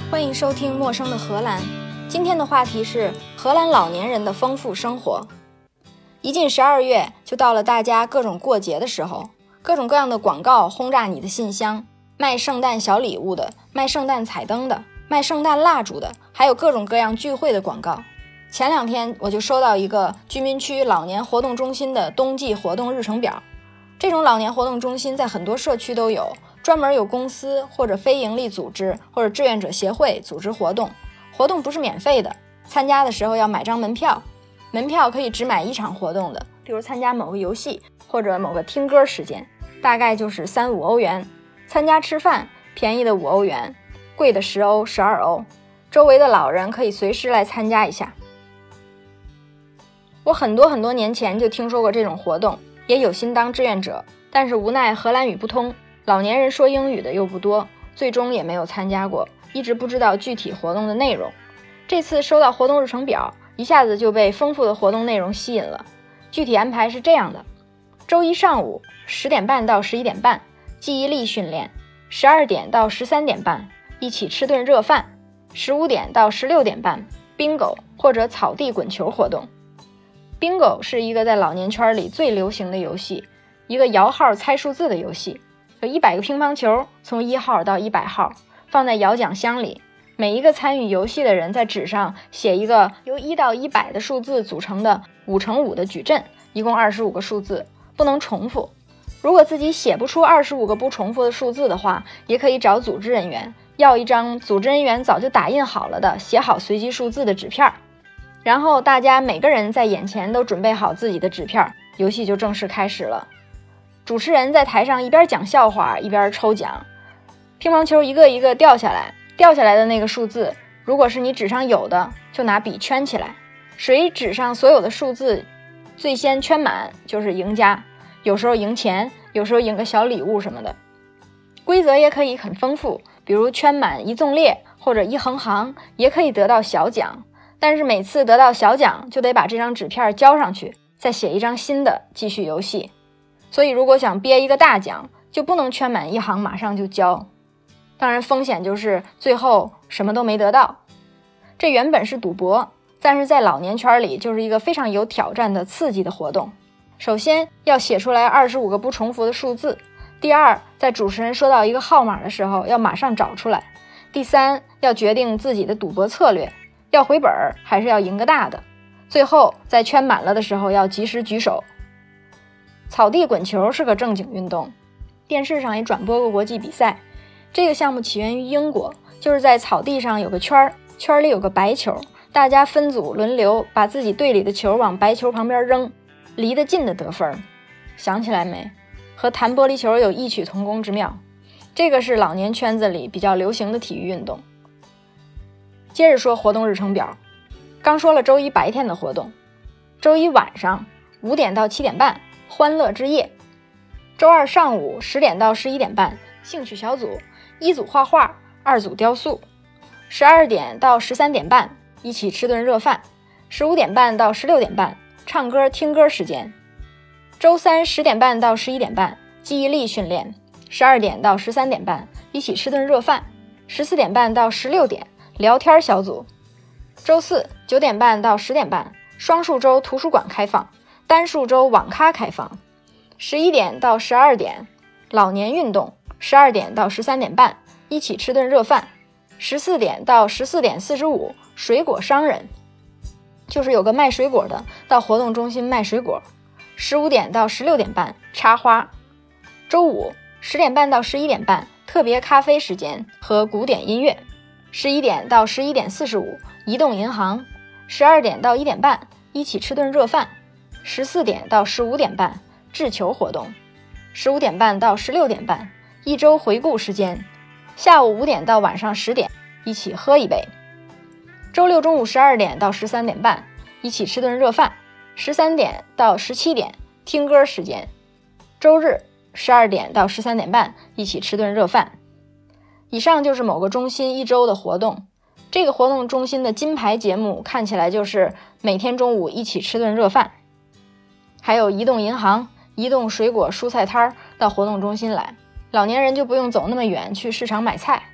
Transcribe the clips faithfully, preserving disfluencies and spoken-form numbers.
欢迎收听陌生的荷兰。今天的话题是荷兰老年人的丰富生活。一进十二月，就到了大家各种过节的时候，各种各样的广告轰炸你的信箱，卖圣诞小礼物的，卖圣诞彩灯的，卖圣诞蜡烛的，还有各种各样聚会的广告。前两天我就收到一个居民区老年活动中心的冬季活动日程表。这种老年活动中心在很多社区都有，专门有公司或者非营利组织或者志愿者协会组织活动，活动不是免费的，参加的时候要买张门票，门票可以只买一场活动的，比如参加某个游戏或者某个听歌时间，大概就是三五欧元。参加吃饭，便宜的五欧元，贵的十欧、十二欧。周围的老人可以随时来参加一下。我很多很多年前就听说过这种活动，也有心当志愿者，但是无奈荷兰语不通，老年人说英语的又不多，最终也没有参加过，一直不知道具体活动的内容。这次收到活动日程表，一下子就被丰富的活动内容吸引了。具体安排是这样的：周一上午十点半到十一点半，记忆力训练；十二点到十三点半，一起吃顿热饭；十五点到十六点半，bingo 或者草地滚球活动。bingo 是一个在老年圈里最流行的游戏，一个摇号猜数字的游戏。有一百个乒乓球，从一号到一百号，放在摇奖箱里。每一个参与游戏的人在纸上写一个由一到一百的数字组成的五乘五的矩阵，一共二十五个数字，不能重复。如果自己写不出二十五个不重复的数字的话，也可以找组织人员要一张组织人员早就打印好了的写好随机数字的纸片。然后大家每个人在眼前都准备好自己的纸片，游戏就正式开始了。主持人在台上一边讲笑话一边抽奖，乒乓球一个一个掉下来，掉下来的那个数字，如果是你纸上有的，就拿笔圈起来，谁纸上所有的数字最先圈满就是赢家，有时候赢钱，有时候赢个小礼物什么的。规则也可以很丰富，比如圈满一纵列或者一横行，也可以得到小奖，但是每次得到小奖就得把这张纸片交上去，再写一张新的继续游戏。所以如果想憋一个大奖，就不能圈满一行马上就交，当然风险就是最后什么都没得到。这原本是赌博，但是在老年圈里就是一个非常有挑战的刺激的活动。首先要写出来二十五个不重复的数字，第二，在主持人说到一个号码的时候要马上找出来，第三，要决定自己的赌博策略，要回本还是要赢个大的，最后在圈满了的时候要及时举手。草地滚球是个正经运动，电视上也转播过国际比赛。这个项目起源于英国，就是在草地上有个圈，圈里有个白球，大家分组轮流把自己队里的球往白球旁边扔，离得近的得分。想起来没？和弹玻璃球有异曲同工之妙。这个是老年圈子里比较流行的体育运动。接着说活动日程表，刚说了周一白天的活动，周一晚上五点到七点半欢乐之夜，周二上午十点到十一点半兴趣小组，一组画画，二组雕塑，十二点到十三点半一起吃顿热饭，十五点半到十六点半唱歌听歌时间，周三十点半到十一点半记忆力训练，十二点到十三点半一起吃顿热饭，十四点半到十六点聊天小组，周四九点半到十点半双数周图书馆开放，单数周网咖开放，十一点到十二点老年运动，十二点到十三点半一起吃顿热饭，十四点到十四点四十五水果商人，就是有个卖水果的到活动中心卖水果，十五点到十六点半插花，周五十点半到十一点半特别咖啡时间和古典音乐，十一点到十一点四十五移动银行，十二点到一点半一起吃顿热饭，十四点到十五点半掷球活动，十五点半到十六点半一周回顾时间，下午五点到晚上十点一起喝一杯，周六中午十二点到十三点半一起吃顿热饭，十三点到十七点听歌时间，周日十二点到十三点半一起吃顿热饭。以上就是某个中心一周的活动。这个活动中心的金牌节目看起来就是每天中午一起吃顿热饭，还有移动银行、移动水果蔬菜摊到活动中心来，老年人就不用走那么远去市场买菜。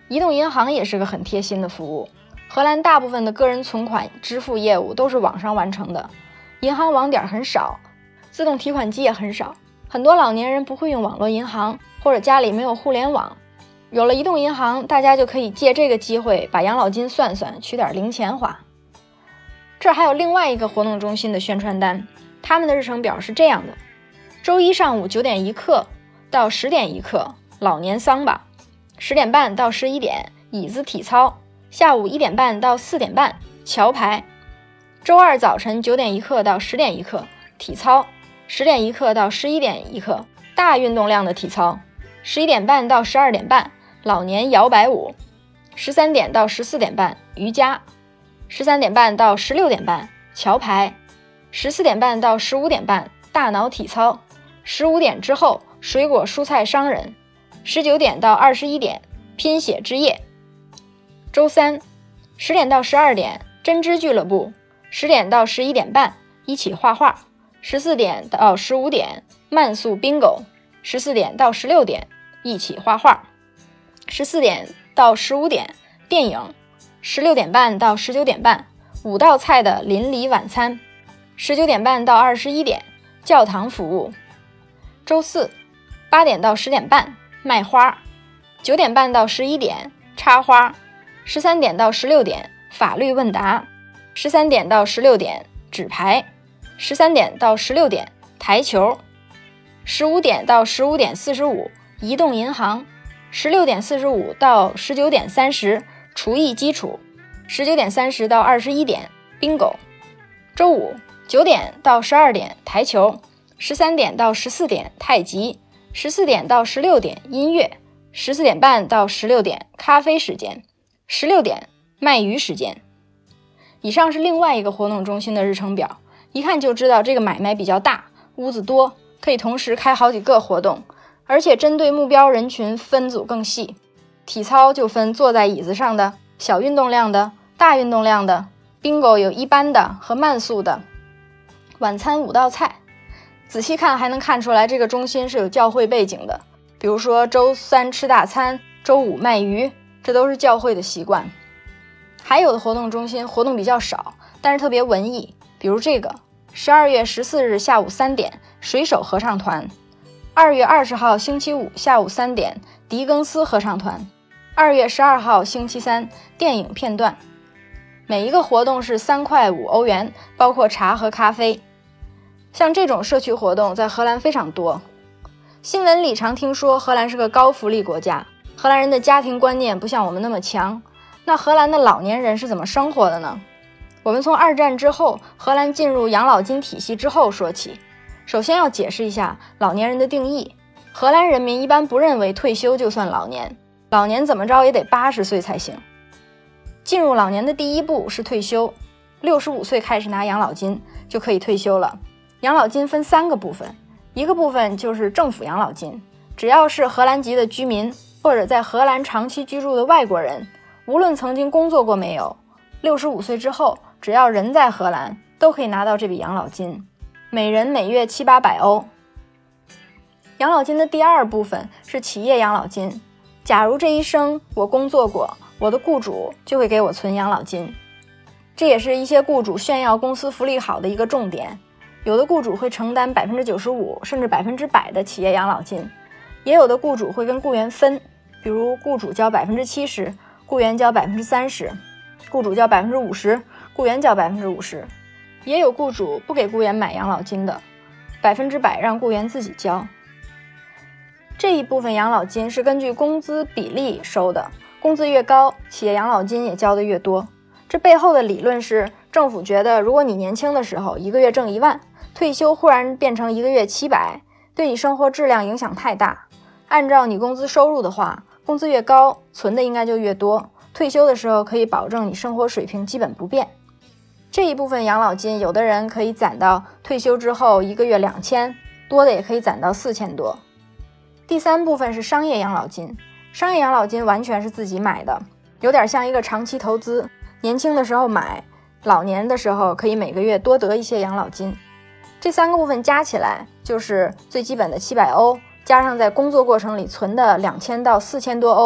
移动银行也是个很贴心的服务。荷兰大部分的个人存款支付业务都是网上完成的，银行网点很少，自动提款机也很少，很多老年人不会用网络银行，或者家里没有互联网。有了移动银行，大家就可以借这个机会把养老金算算，取点零钱花。这儿还有另外一个活动中心的宣传单，他们的日程表是这样的：周一上午九点一刻到十点一刻老年桑巴，十点半到十一点椅子体操，下午一点半到四点半桥牌。周二早晨九点一刻到十点一刻体操，十点一刻到十一点一刻大运动量的体操，十一点半到十二点半老年摇摆舞，十三点到十四点半瑜伽，十三点半到十六点半桥牌，十四点半到十五点半大脑体操，十五点之后水果蔬菜商人，十九点到二十一点拼写之夜。周三十点到十二点针织俱乐部，十点到十一点半一起画画，十四点到十五点慢速 bingo， 十四点到十六点一起画画，十四点到十五点电影，十六点半到十九点半五道菜的邻里晚餐，十九点半到二十一点教堂服务。周四八点到十点半卖花，九点半到十一点插花，十三点到十六点法律问答，十三点到十六点纸牌，十三点到十六点台球，十五点到十五点四十五移动银行，十六点四十五到十九点三十厨艺基础，十九点三十到二十一点 bingo。 周五九点到十二点台球，十三点到十四点太极，十四点到十六点音乐，十四点半到十六点咖啡时间，十六点卖鱼时间。以上是另外一个活动中心的日程表，一看就知道这个买卖比较大，屋子多，可以同时开好几个活动，而且针对目标人群分组更细。体操就分坐在椅子上的、小运动量的、大运动量的， bingo 有一般的和慢速的，晚餐五道菜。仔细看还能看出来这个中心是有教会背景的，比如说周三吃大餐，周五卖鱼，这都是教会的习惯。还有的活动中心活动比较少，但是特别文艺，比如这个十二月十四日下午三点水手合唱团，二月二十号星期五下午三点狄更斯合唱团，二月十二号星期三电影片段。每一个活动是三块五欧元，包括茶和咖啡。像这种社区活动在荷兰非常多。新闻里常听说荷兰是个高福利国家，荷兰人的家庭观念不像我们那么强。那荷兰的老年人是怎么生活的呢？我们从二战之后荷兰进入养老金体系之后说起。首先要解释一下老年人的定义。荷兰人民一般不认为退休就算老年，老年怎么着也得八十岁才行。进入老年的第一步是退休，六十五岁开始拿养老金就可以退休了。养老金分三个部分，一个部分就是政府养老金，只要是荷兰籍的居民或者在荷兰长期居住的外国人，无论曾经工作过没有，六十五岁之后只要人在荷兰都可以拿到这笔养老金，每人每月七八百欧。养老金的第二部分是企业养老金，假如这一生我工作过，我的雇主就会给我存养老金，这也是一些雇主炫耀公司福利好的一个重点。有的雇主会承担 百分之九十五 甚至百分之百 的企业养老金，也有的雇主会跟雇员分，比如雇主交 百分之七十， 雇员交 百分之三十， 雇主交 百分之五十， 雇员交 百分之五十。 也有雇主不给雇员买养老金的，百分之百让雇员自己交。这一部分养老金是根据工资比例收的，工资越高，企业养老金也交得越多。这背后的理论是，政府觉得如果你年轻的时候一个月挣一万，退休忽然变成一个月七百，对你生活质量影响太大。按照你工资收入的话，工资越高，存的应该就越多，退休的时候可以保证你生活水平基本不变。这一部分养老金，有的人可以攒到退休之后一个月两千，多的也可以攒到四千多。第三部分是商业养老金，商业养老金完全是自己买的，有点像一个长期投资，年轻的时候买，老年的时候可以每个月多得一些养老金。这三个部分加起来就是最基本的七百欧，加上在工作过程里存的两千到四千多欧，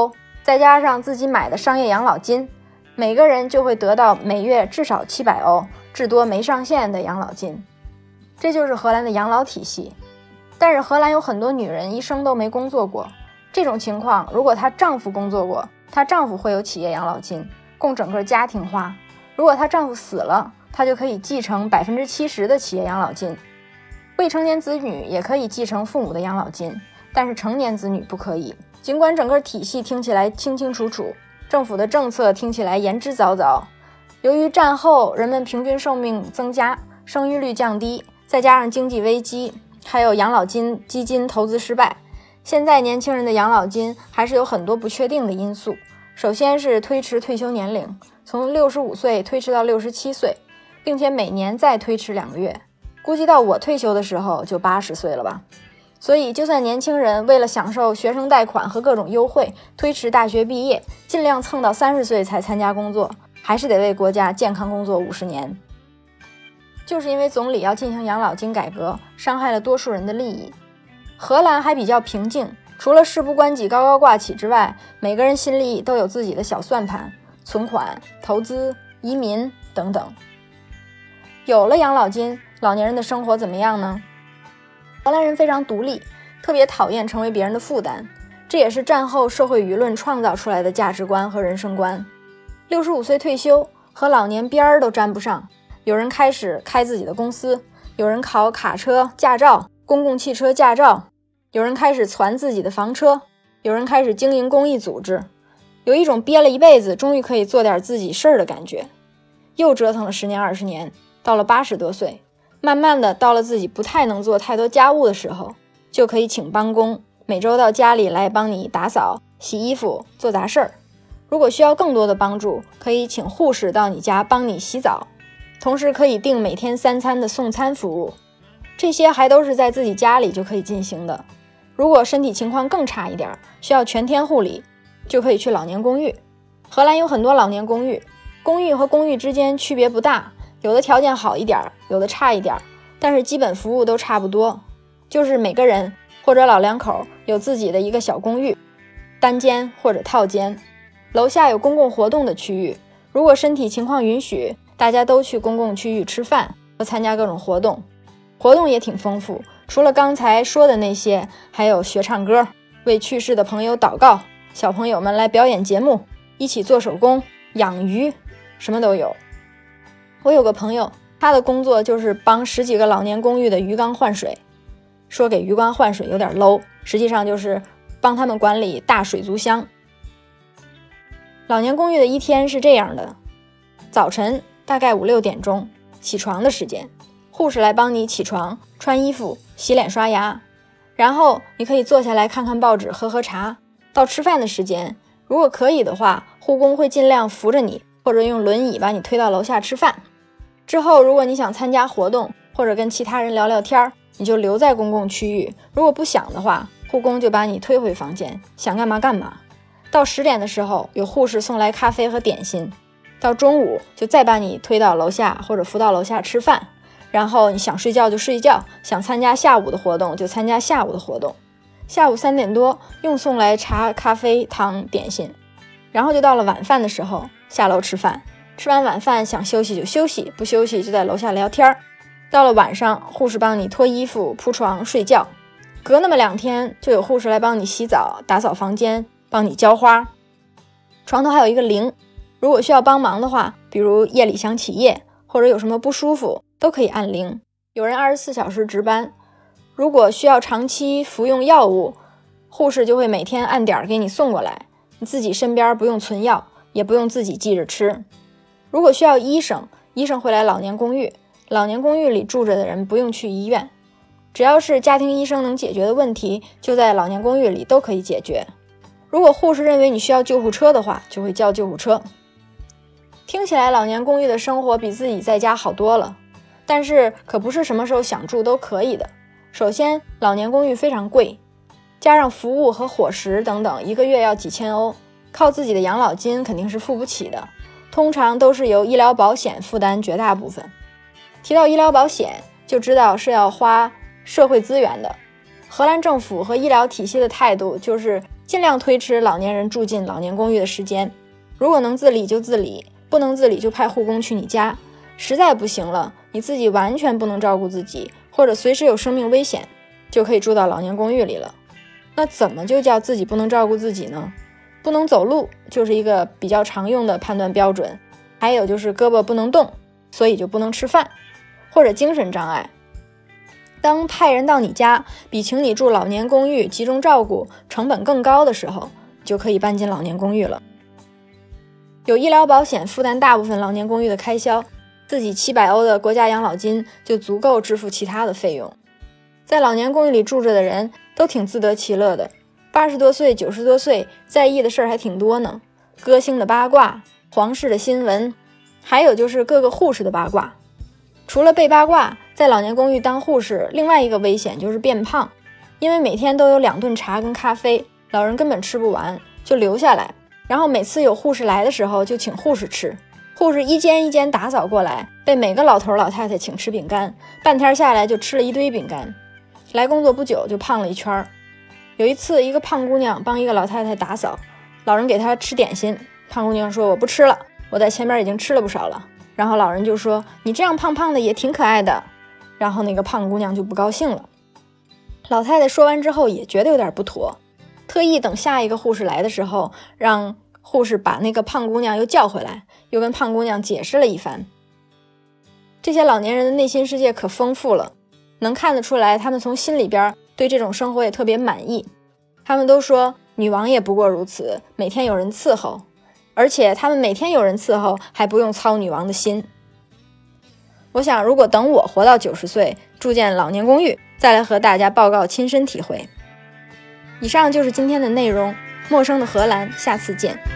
再加上自己买的商业养老金，每个人就会得到每月至少七百欧，至多没上限的养老金。这就是荷兰的养老体系。但是荷兰有很多女人一生都没工作过，这种情况如果她丈夫工作过，她丈夫会有企业养老金，供整个家庭花。如果她丈夫死了，她就可以继承 百分之七十 的企业养老金。未成年子女也可以继承父母的养老金，但是成年子女不可以。尽管整个体系听起来清清楚楚，政府的政策听起来言之凿凿，由于战后人们平均寿命增加，生育率降低，再加上经济危机，还有养老金基金投资失败，现在年轻人的养老金还是有很多不确定的因素。首先是推迟退休年龄，从六十五岁推迟到六十七岁，并且每年再推迟两个月，估计到我退休的时候就八十岁了吧。所以就算年轻人为了享受学生贷款和各种优惠，推迟大学毕业，尽量蹭到三十岁才参加工作，还是得为国家健康工作五十年。就是因为总理要进行养老金改革，伤害了多数人的利益。荷兰还比较平静，除了事不关己高高挂起之外，每个人心里都有自己的小算盘，存款、投资、移民等等。有了养老金，老年人的生活怎么样呢？荷兰人非常独立，特别讨厌成为别人的负担，这也是战后社会舆论创造出来的价值观和人生观。六十五岁退休，和老年边儿都沾不上。有人开始开自己的公司，有人考卡车驾照、公共汽车驾照，有人开始攒自己的房车，有人开始经营公益组织，有一种憋了一辈子终于可以做点自己事儿的感觉。又折腾了十年二十年，到了八十多岁，慢慢的到了自己不太能做太多家务的时候，就可以请帮工，每周到家里来帮你打扫、洗衣服、做杂事儿。如果需要更多的帮助，可以请护士到你家帮你洗澡，同时可以订每天三餐的送餐服务，这些还都是在自己家里就可以进行的。如果身体情况更差一点，需要全天护理，就可以去老年公寓。荷兰有很多老年公寓，公寓和公寓之间区别不大，有的条件好一点，有的差一点，但是基本服务都差不多，就是每个人或者老两口有自己的一个小公寓，单间或者套间，楼下有公共活动的区域，如果身体情况允许，大家都去公共区域吃饭和参加各种活动，活动也挺丰富，除了刚才说的那些，还有学唱歌、为去世的朋友祷告、小朋友们来表演节目、一起做手工、养鱼，什么都有。我有个朋友，他的工作就是帮十几个老年公寓的鱼缸换水，说给鱼缸换水有点 low， 实际上就是帮他们管理大水族箱。老年公寓的一天是这样的，早晨大概五六点钟起床的时间，护士来帮你起床、穿衣服、洗脸刷牙，然后你可以坐下来看看报纸、喝喝茶。到吃饭的时间，如果可以的话，护工会尽量扶着你，或者用轮椅把你推到楼下吃饭。之后如果你想参加活动，或者跟其他人聊聊天，你就留在公共区域，如果不想的话，护工就把你推回房间，想干嘛干嘛。到十点的时候，有护士送来咖啡和点心，到中午就再把你推到楼下或者扶到楼下吃饭，然后你想睡觉就睡觉，想参加下午的活动就参加下午的活动。下午三点多又送来茶、咖啡、汤、点心，然后就到了晚饭的时候，下楼吃饭，吃完晚饭想休息就休息，不休息就在楼下聊天。到了晚上，护士帮你脱衣服、铺床、睡觉，隔那么两天就有护士来帮你洗澡、打扫房间、帮你浇花。床头还有一个铃，如果需要帮忙的话，比如夜里想起夜或者有什么不舒服，都可以按铃。有人二十四小时值班，如果需要长期服用药物，护士就会每天按点给你送过来，你自己身边不用存药，也不用自己记着吃。如果需要医生，医生会来老年公寓，老年公寓里住着的人不用去医院，只要是家庭医生能解决的问题，就在老年公寓里都可以解决。如果护士认为你需要救护车的话，就会叫救护车。听起来老年公寓的生活比自己在家好多了，但是可不是什么时候想住都可以的。首先，老年公寓非常贵，加上服务和伙食等等，一个月要几千欧，靠自己的养老金肯定是付不起的，通常都是由医疗保险负担绝大部分。提到医疗保险，就知道是要花社会资源的。荷兰政府和医疗体系的态度就是尽量推迟老年人住进老年公寓的时间。如果能自理就自理，不能自理就派护工去你家。实在不行了，你自己完全不能照顾自己，或者随时有生命危险，就可以住到老年公寓里了。那怎么就叫自己不能照顾自己呢？不能走路就是一个比较常用的判断标准，还有就是胳膊不能动，所以就不能吃饭，或者精神障碍。当派人到你家比请你住老年公寓集中照顾成本更高的时候，就可以搬进老年公寓了。有医疗保险负担大部分老年公寓的开销，自己七百欧的国家养老金就足够支付其他的费用。在老年公寓里住着的人都挺自得其乐的，八十多岁、九十多岁，在意的事儿还挺多呢。歌星的八卦，皇室的新闻，还有就是各个护士的八卦。除了被八卦，在老年公寓当护士，另外一个危险就是变胖，因为每天都有两顿茶跟咖啡，老人根本吃不完，就留下来。然后每次有护士来的时候，就请护士吃。护士一间一间打扫过来，被每个老头老太太请吃饼干，半天下来就吃了一堆饼干。来工作不久就胖了一圈。有一次，一个胖姑娘帮一个老太太打扫，老人给她吃点心，胖姑娘说：“我不吃了，我在前面已经吃了不少了。”然后老人就说：“你这样胖胖的也挺可爱的。”然后那个胖姑娘就不高兴了。老太太说完之后也觉得有点不妥，特意等下一个护士来的时候，让护士把那个胖姑娘又叫回来，又跟胖姑娘解释了一番。这些老年人的内心世界可丰富了，能看得出来他们从心里边对这种生活也特别满意。他们都说女王也不过如此，每天有人伺候，而且他们每天有人伺候还不用操女王的心。我想如果等我活到九十岁，住进老年公寓，再来和大家报告亲身体会。以上就是今天的内容，陌生的荷兰，下次见。